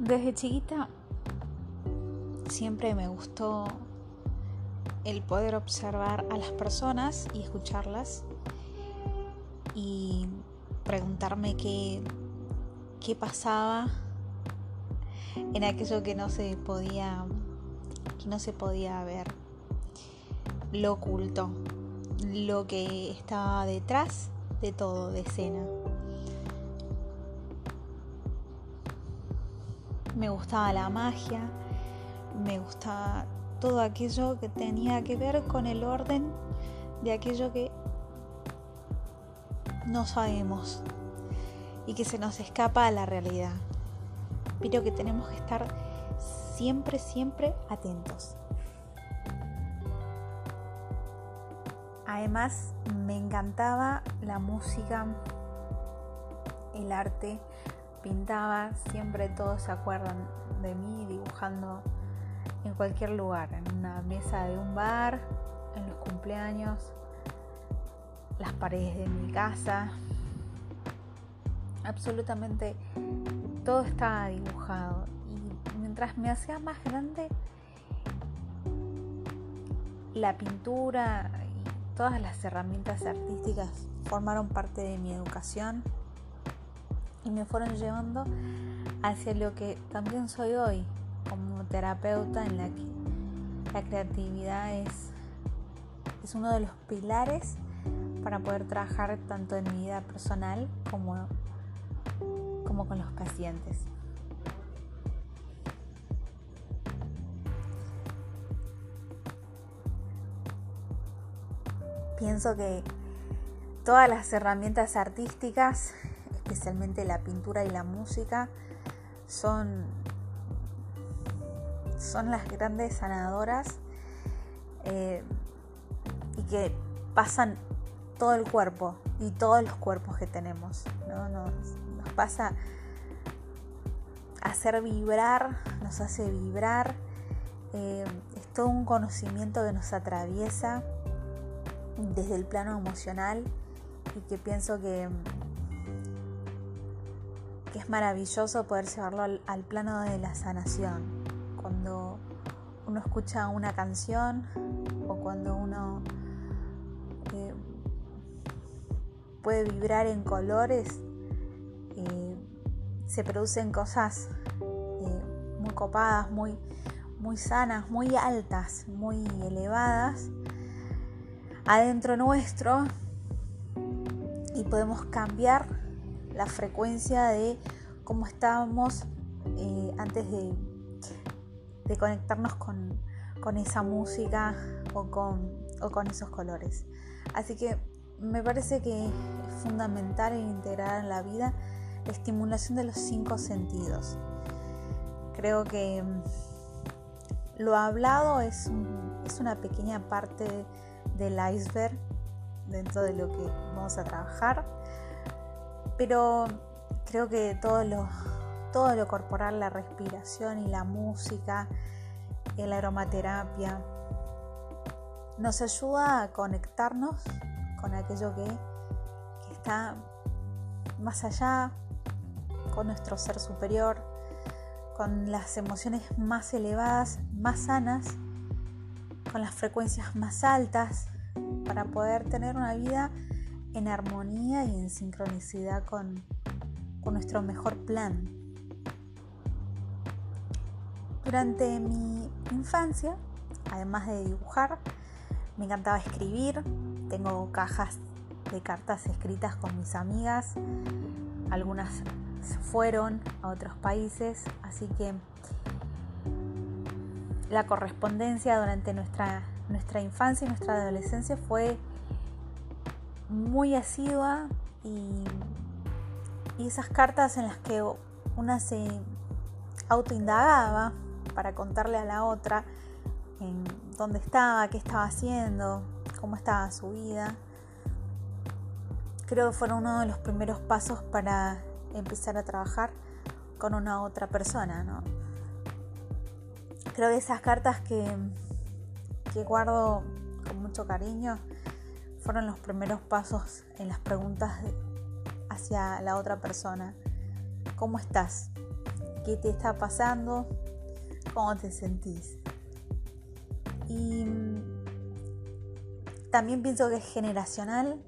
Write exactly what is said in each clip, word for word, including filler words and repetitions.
Desde chiquita siempre me gustó el poder observar a las personas y escucharlas y preguntarme qué, qué pasaba en aquello que no se podía, que no se podía ver, lo oculto, lo que estaba detrás de todo, de escena. Me gustaba la magia, me gustaba todo aquello que tenía que ver con el orden de aquello que no sabemos y que se nos escapa a la realidad, pero que tenemos que estar siempre, siempre atentos. Además, me encantaba la música, el arte. Pintaba, siempre todos se acuerdan de mí dibujando en cualquier lugar, en una mesa de un bar, en los cumpleaños, las paredes de mi casa, absolutamente todo estaba dibujado. Y mientras me hacía más grande, la pintura y todas las herramientas artísticas formaron parte de mi educación y me fueron llevando hacia lo que también soy hoy, como terapeuta, en la que la creatividad es, es uno de los pilares para poder trabajar tanto en mi vida personal como, como con los pacientes. Pienso que todas las herramientas artísticas, especialmente la pintura y la música, son, son las grandes sanadoras eh, y que pasan todo el cuerpo y todos los cuerpos que tenemos, ¿no? Nos, nos pasa a hacer vibrar, nos hace vibrar, eh, es todo un conocimiento que nos atraviesa desde el plano emocional y que pienso que que es maravilloso poder llevarlo al, al plano de la sanación. Cuando uno escucha una canción o cuando uno eh, puede vibrar en colores, eh, se producen cosas eh, muy copadas, muy, muy sanas, muy altas, muy elevadas adentro nuestro, y podemos cambiar la frecuencia de cómo estábamos eh, antes de, de conectarnos con, con esa música o con, o con esos colores. Así que me parece que es fundamental e integrar en la vida la estimulación de los cinco sentidos. Creo que lo hablado es, un, es una pequeña parte del iceberg dentro de lo que vamos a trabajar. Pero creo que todo lo, todo lo corporal, la respiración y la música, la aromaterapia, nos ayuda a conectarnos con aquello que, que está más allá, con nuestro ser superior, con las emociones más elevadas, más sanas, con las frecuencias más altas, para poder tener una vida en armonía y en sincronicidad con, con nuestro mejor plan. Durante mi infancia, además de dibujar, me encantaba escribir. Tengo cajas de cartas escritas con mis amigas. Algunas se fueron a otros países, así que la correspondencia durante nuestra, nuestra infancia y nuestra adolescencia fue muy asidua, y, y esas cartas en las que una se autoindagaba para contarle a la otra en dónde estaba, qué estaba haciendo, cómo estaba su vida, creo que fueron uno de los primeros pasos para empezar a trabajar con una otra persona, ¿no? Creo que esas cartas que, que guardo con mucho cariño fueron los primeros pasos en las preguntas de, hacia la otra persona. ¿Cómo estás? qué te está pasando, cómo te sentís. Y también pienso que es generacional.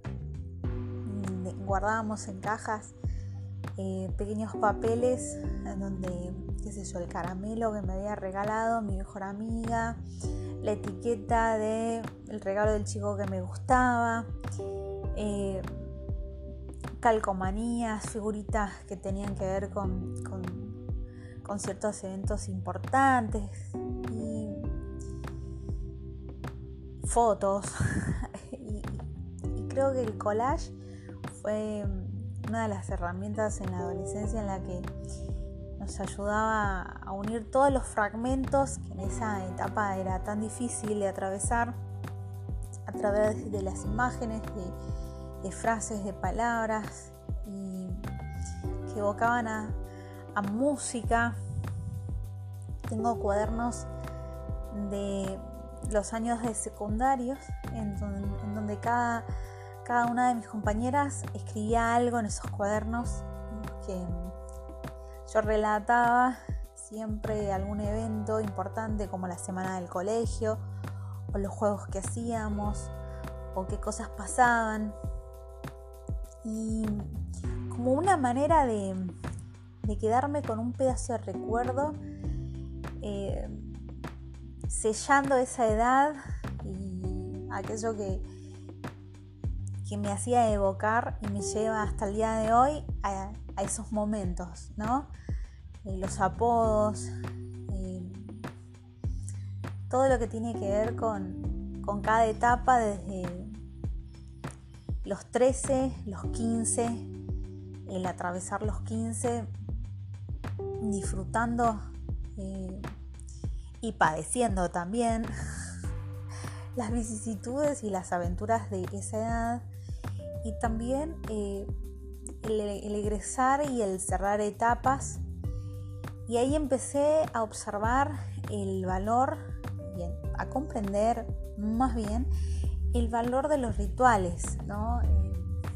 Guardábamos en cajas eh, pequeños papeles en donde, qué sé yo, el caramelo que me había regalado mi mejor amiga, la etiqueta de el regalo del chico que me gustaba, eh, calcomanías, figuritas que tenían que ver con, con, con ciertos eventos importantes y fotos. y, y creo que el collage fue una de las herramientas en la adolescencia en la que nos ayudaba a unir todos los fragmentos que en esa etapa era tan difícil de atravesar a través de las imágenes, de, de frases, de palabras y que evocaban a, a música. Tengo cuadernos de los años de secundarios en donde, en donde cada Cada una de mis compañeras escribía algo en esos cuadernos que yo relataba siempre algún evento importante como la semana del colegio o los juegos que hacíamos o qué cosas pasaban, y como una manera de, de quedarme con un pedazo de recuerdo, eh, sellando esa edad y aquello que que me hacía evocar y me lleva hasta el día de hoy a, a esos momentos, ¿no? Eh, los apodos, eh, todo lo que tiene que ver con, con cada etapa, desde los trece, los quince, el atravesar los quince, disfrutando eh, y padeciendo también las vicisitudes y las aventuras de esa edad. Y también eh, el, el egresar y el cerrar etapas. Y ahí empecé a observar el valor, bien, a comprender más bien el valor de los rituales, ¿no? Eh,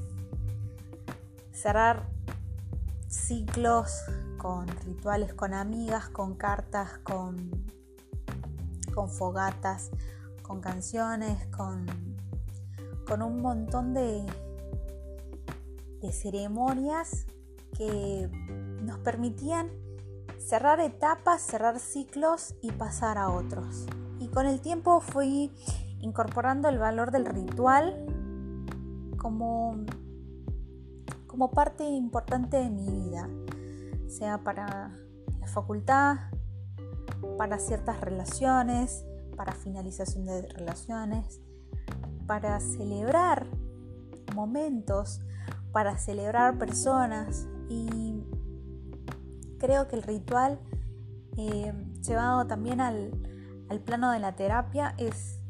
cerrar ciclos con rituales, con amigas, con cartas, con, con fogatas, con canciones, con, con un montón de de ceremonias que nos permitían cerrar etapas, cerrar ciclos y pasar a otros. Y con el tiempo fui incorporando el valor del ritual como, como parte importante de mi vida, sea para la facultad, para ciertas relaciones, para finalización de relaciones, para celebrar momentos, para celebrar personas. Y creo que el ritual eh, llevado también al, al plano de la terapia es,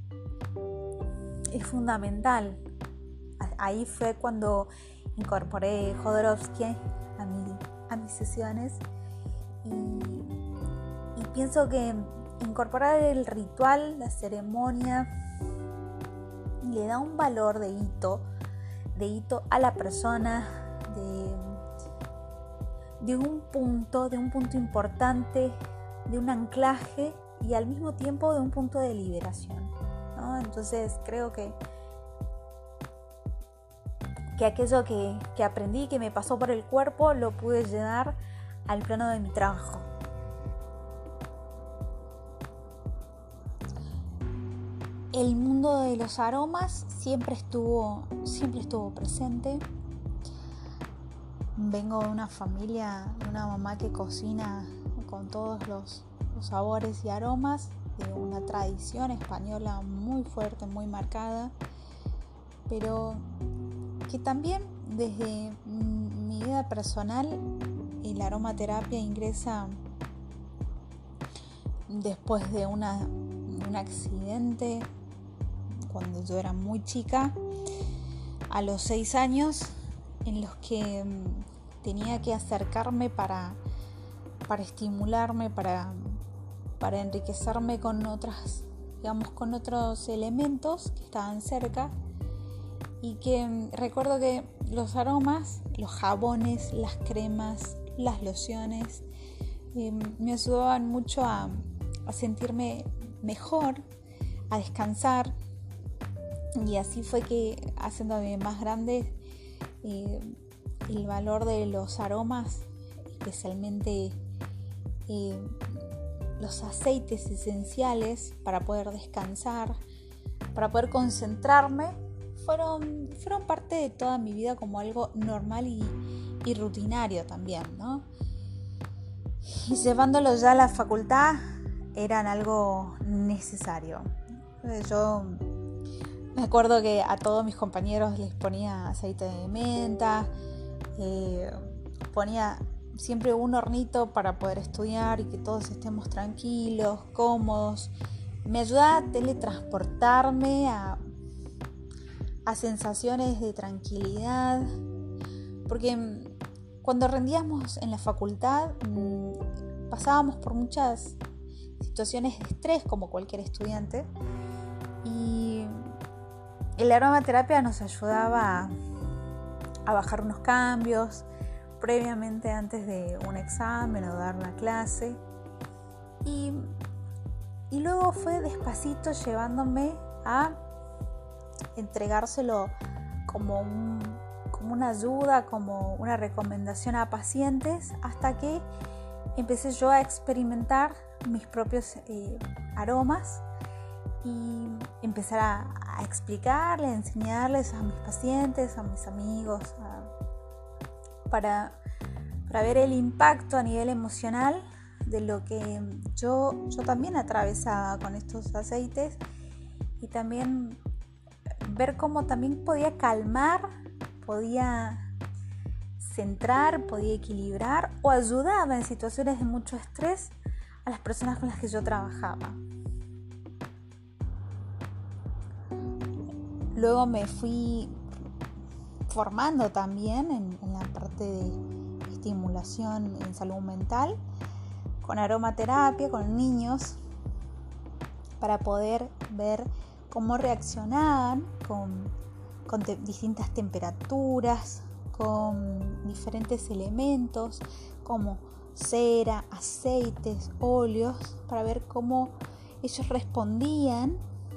es fundamental. Ahí fue cuando incorporé Jodorowsky a, mi, a mis sesiones y, y pienso que incorporar el ritual, la ceremonia, le da un valor de hito de hito a la persona, de, de un punto, de un punto importante, de un anclaje y al mismo tiempo de un punto de liberación, ¿no? Entonces creo que, que aquello que, que aprendí, que me pasó por el cuerpo, lo pude llevar al plano de mi trabajo. El mundo de los aromas siempre estuvo, siempre estuvo presente. Vengo de una familia, de una mamá que cocina con todos los, los sabores y aromas, de una tradición española muy fuerte, muy marcada, pero que también desde mi vida personal la aromaterapia ingresa después de una, un accidente cuando yo era muy chica, a los seis años, en los que tenía que acercarme para, para estimularme, para, para enriquecerme con otras, digamos, con otros elementos que estaban cerca, y que recuerdo que los aromas, los jabones, las cremas, las lociones, eh, me ayudaban mucho a, a sentirme mejor, a descansar. Y así fue que, haciéndome más grande, eh, el valor de los aromas, especialmente eh, los aceites esenciales para poder descansar, para poder concentrarme, fueron, fueron parte de toda mi vida como algo normal y, y rutinario también, ¿no? Y llevándolo ya a la facultad, eran algo necesario. Yo me acuerdo que a todos mis compañeros les ponía aceite de menta, eh, ponía siempre un hornito para poder estudiar y que todos estemos tranquilos, cómodos. Me ayudaba a teletransportarme a, a sensaciones de tranquilidad, porque cuando rendíamos en la facultad pasábamos por muchas situaciones de estrés como cualquier estudiante, y la aromaterapia nos ayudaba a, a bajar unos cambios previamente antes de un examen o dar una clase, y, y luego fue despacito llevándome a entregárselo como, un, como una ayuda, como una recomendación a pacientes, hasta que empecé yo a experimentar mis propios eh, aromas y empezar a, a explicarles, a enseñarles a mis pacientes, a mis amigos, a, para, para ver el impacto a nivel emocional de lo que yo, yo también atravesaba con estos aceites, y también ver cómo también podía calmar, podía centrar, podía equilibrar o ayudaba en situaciones de mucho estrés a las personas con las que yo trabajaba. Luego me fui formando también en, en la parte de estimulación en salud mental con aromaterapia, con niños, para poder ver cómo reaccionaban con, con te- distintas temperaturas, con diferentes elementos como cera, aceites, óleos, para ver cómo ellos respondían,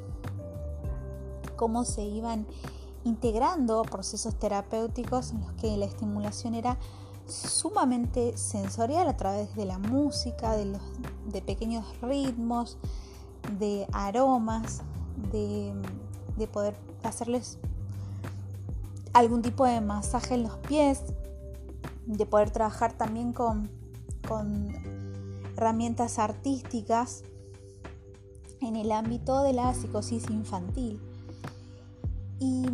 cómo se iban integrando a procesos terapéuticos en los que la estimulación era sumamente sensorial a través de la música, de, los, de pequeños ritmos, de aromas, de, de poder hacerles algún tipo de masaje en los pies, de poder trabajar también con, con herramientas artísticas en el ámbito de la psicosis infantil. Y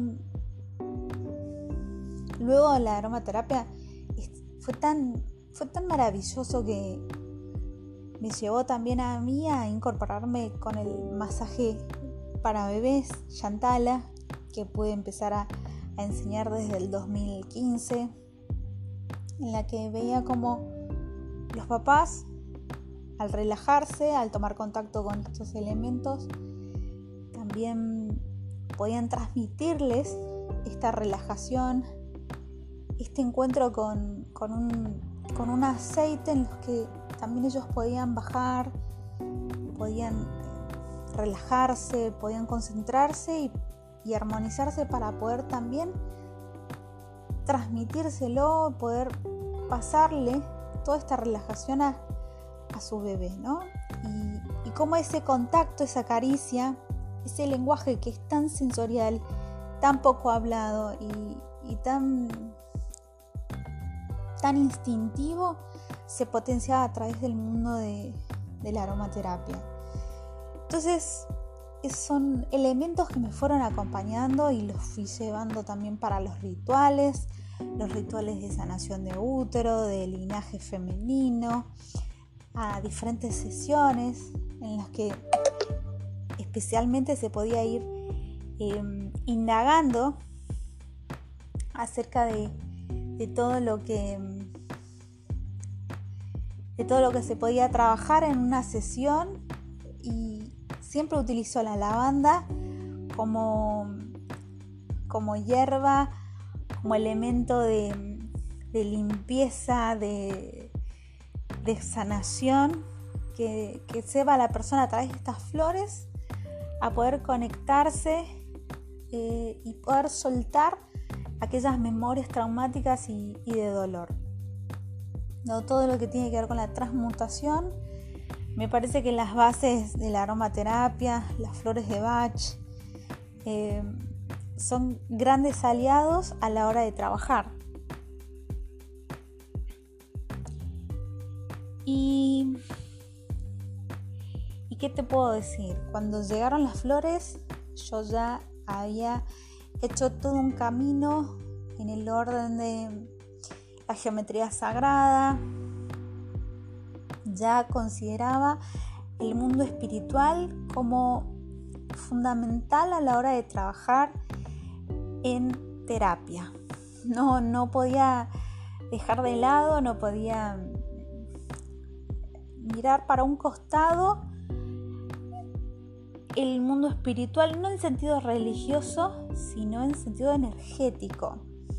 luego la aromaterapia fue tan, fue tan maravilloso que me llevó también a mí a incorporarme con el masaje para bebés Shantala, que pude empezar a, a enseñar desde el dos mil quince, en la que veía como los papás, al relajarse, al tomar contacto con estos elementos, también podían transmitirles esta relajación, este encuentro con, con, un, con un aceite en los que también ellos podían bajar, podían relajarse, podían concentrarse y, y armonizarse para poder también transmitírselo, poder pasarle toda esta relajación a, a su bebé, ¿no? Y, y cómo ese contacto, esa caricia, ese lenguaje que es tan sensorial, tan poco hablado y, y tan, tan instintivo, se potencia a través del mundo de, de la aromaterapia. Entonces, son elementos que me fueron acompañando y los fui llevando también para los rituales, los rituales de sanación de útero, de linaje femenino, a diferentes sesiones en las que especialmente se podía ir eh, indagando acerca de, de todo lo que de todo lo que se podía trabajar en una sesión, y siempre utilizo la lavanda como, como hierba, como elemento de, de limpieza, de, de sanación que, que lleva a la persona a través de estas flores a poder conectarse eh, y poder soltar aquellas memorias traumáticas y, y de dolor. No, todo lo que tiene que ver con la transmutación, me parece que las bases de la aromaterapia, las flores de Bach, eh, son grandes aliados a la hora de trabajar. Y, ¿Y qué te puedo decir? Cuando llegaron las flores, yo ya había hecho todo un camino en el orden de la geometría sagrada. Ya consideraba el mundo espiritual como fundamental a la hora de trabajar en terapia. No, no podía dejar de lado, no podía mirar para un costado el mundo espiritual, no en sentido religioso, sino en sentido energético.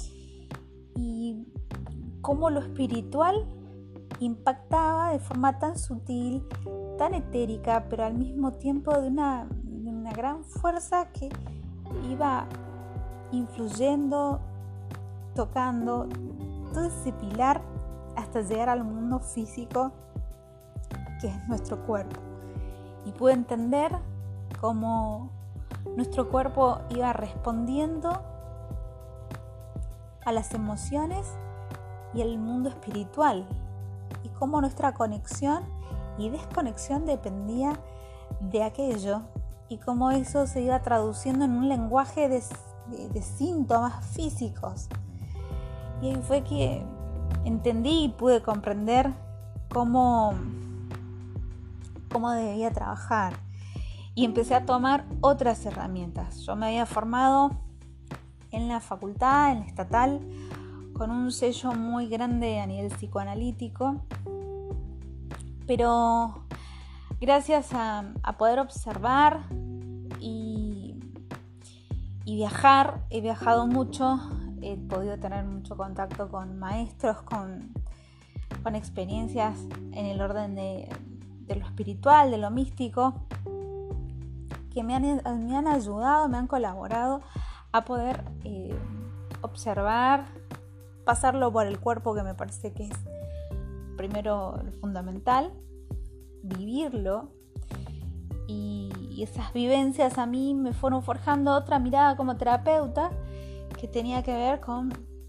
Y cómo lo espiritual impactaba de forma tan sutil, tan etérica, pero al mismo tiempo de una, de una gran fuerza que iba influyendo, tocando todo ese pilar hasta llegar al mundo físico que es nuestro cuerpo. Y pude entender cómo nuestro cuerpo iba respondiendo a las emociones y al mundo espiritual, y cómo nuestra conexión y desconexión dependía de aquello, y cómo eso se iba traduciendo en un lenguaje de, de, de síntomas físicos. Y ahí fue que entendí y pude comprender cómo, cómo debía trabajar, y empecé a tomar otras herramientas. Yo me había formado en la facultad, en la estatal, con un sello muy grande a nivel psicoanalítico, pero gracias a, a poder observar y, y viajar, he viajado mucho, he podido tener mucho contacto con maestros, con, con experiencias en el orden de, de lo espiritual, de lo místico, que me han, me han ayudado, me han colaborado a poder eh, observar, pasarlo por el cuerpo, que me parece que es primero lo fundamental, vivirlo, y, y esas vivencias a mí me fueron forjando otra mirada como terapeuta que tenía que ver con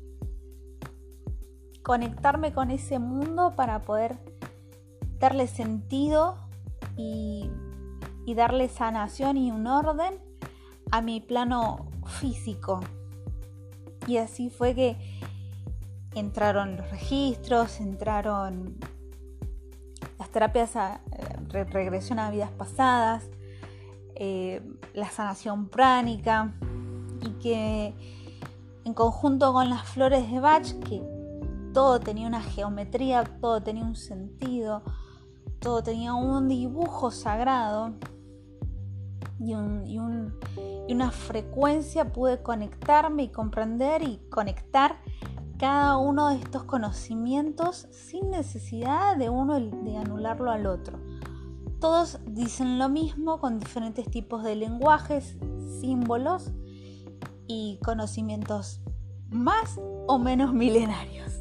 conectarme con ese mundo para poder darle sentido y, y darle sanación y un orden a mi plano físico. Y así fue que entraron los registros, entraron las terapias a re- regresión a vidas pasadas, eh, la sanación pránica, y que en conjunto con las flores de Bach, que todo tenía una geometría, todo tenía un sentido, todo tenía un dibujo sagrado y, un, y, un, y una frecuencia, pude conectarme y comprender y conectar cada uno de estos conocimientos sin necesidad de uno de anularlo al otro. Todos dicen lo mismo con diferentes tipos de lenguajes, símbolos y conocimientos más o menos milenarios.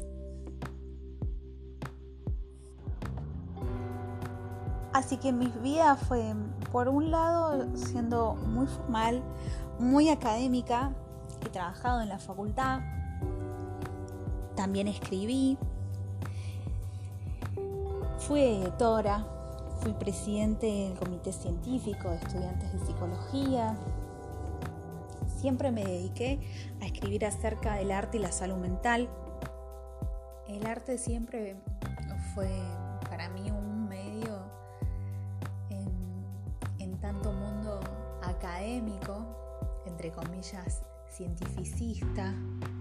Así que mi vida fue, por un lado, siendo muy formal, muy académica. He trabajado en la facultad, también escribí, fui editora, fui presidente del comité científico de estudiantes de psicología. Siempre me dediqué a escribir acerca del arte y la salud mental. El arte siempre fue para mí un medio en, en tanto mundo académico, entre comillas, cientificista,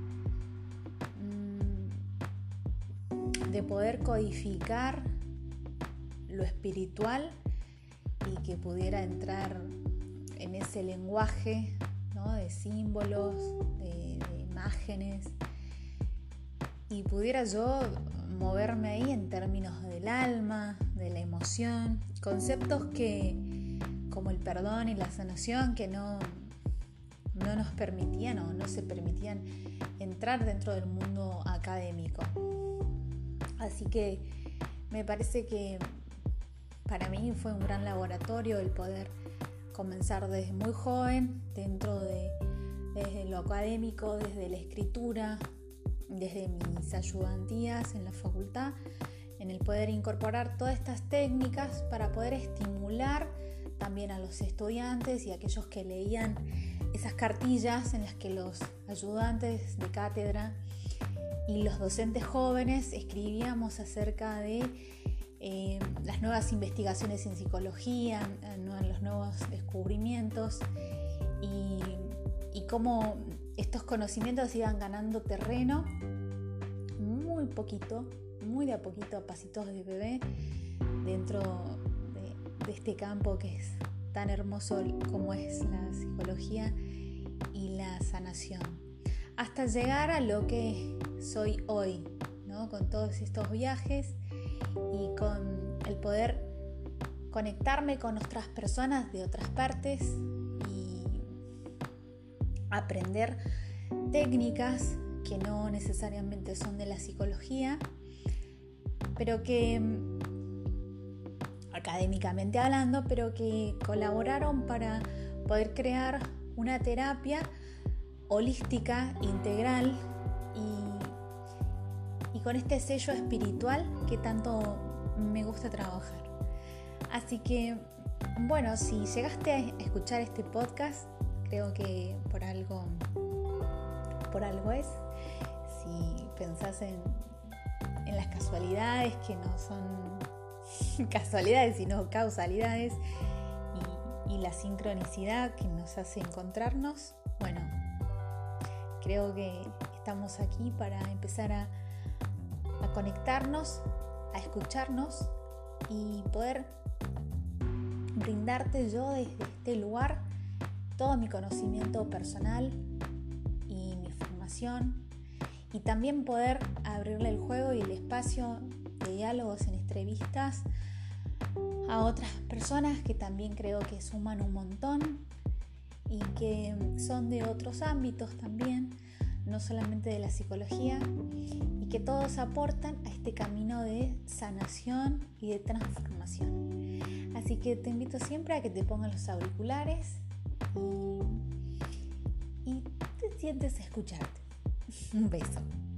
de poder codificar lo espiritual y que pudiera entrar en ese lenguaje, ¿no?, de símbolos, de, de imágenes, y pudiera yo moverme ahí en términos del alma, de la emoción, conceptos que, como el perdón y la sanación, que no, no nos permitían o no se permitían entrar dentro del mundo académico. Así que me parece que para mí fue un gran laboratorio el poder comenzar desde muy joven, dentro de desde lo académico, desde la escritura, desde mis ayudantías en la facultad, en el poder incorporar todas estas técnicas para poder estimular también a los estudiantes y a aquellos que leían esas cartillas en las que los ayudantes de cátedra y los docentes jóvenes escribíamos acerca de eh, las nuevas investigaciones en psicología, ¿no? Los nuevos descubrimientos y, y cómo estos conocimientos iban ganando terreno muy poquito, muy de a poquito, a pasitos de bebé, dentro de, de este campo que es tan hermoso como es la psicología y la sanación, hasta llegar a lo que soy hoy, ¿no? Con todos estos viajes y con el poder conectarme con otras personas de otras partes y aprender técnicas que no necesariamente son de la psicología, pero que académicamente hablando, pero que colaboraron para poder crear una terapia holística, integral y, y con este sello espiritual que tanto me gusta trabajar. Así que, bueno, si llegaste a escuchar este podcast, creo que por algo, por algo es. Si pensás en, en las casualidades, que no son casualidades, sino causalidades, y, y la sincronicidad que nos hace encontrarnos, bueno, creo que estamos aquí para empezar a, a conectarnos, a escucharnos y poder brindarte yo desde este lugar todo mi conocimiento personal y mi formación, y también poder abrirle el juego y el espacio de diálogos en entrevistas a otras personas que también creo que suman un montón y que son de otros ámbitos también, no solamente de la psicología, y que todos aportan a este camino de sanación y de transformación. Así que te invito siempre a que te pongas los auriculares y, y te sientes a escucharte. Un beso.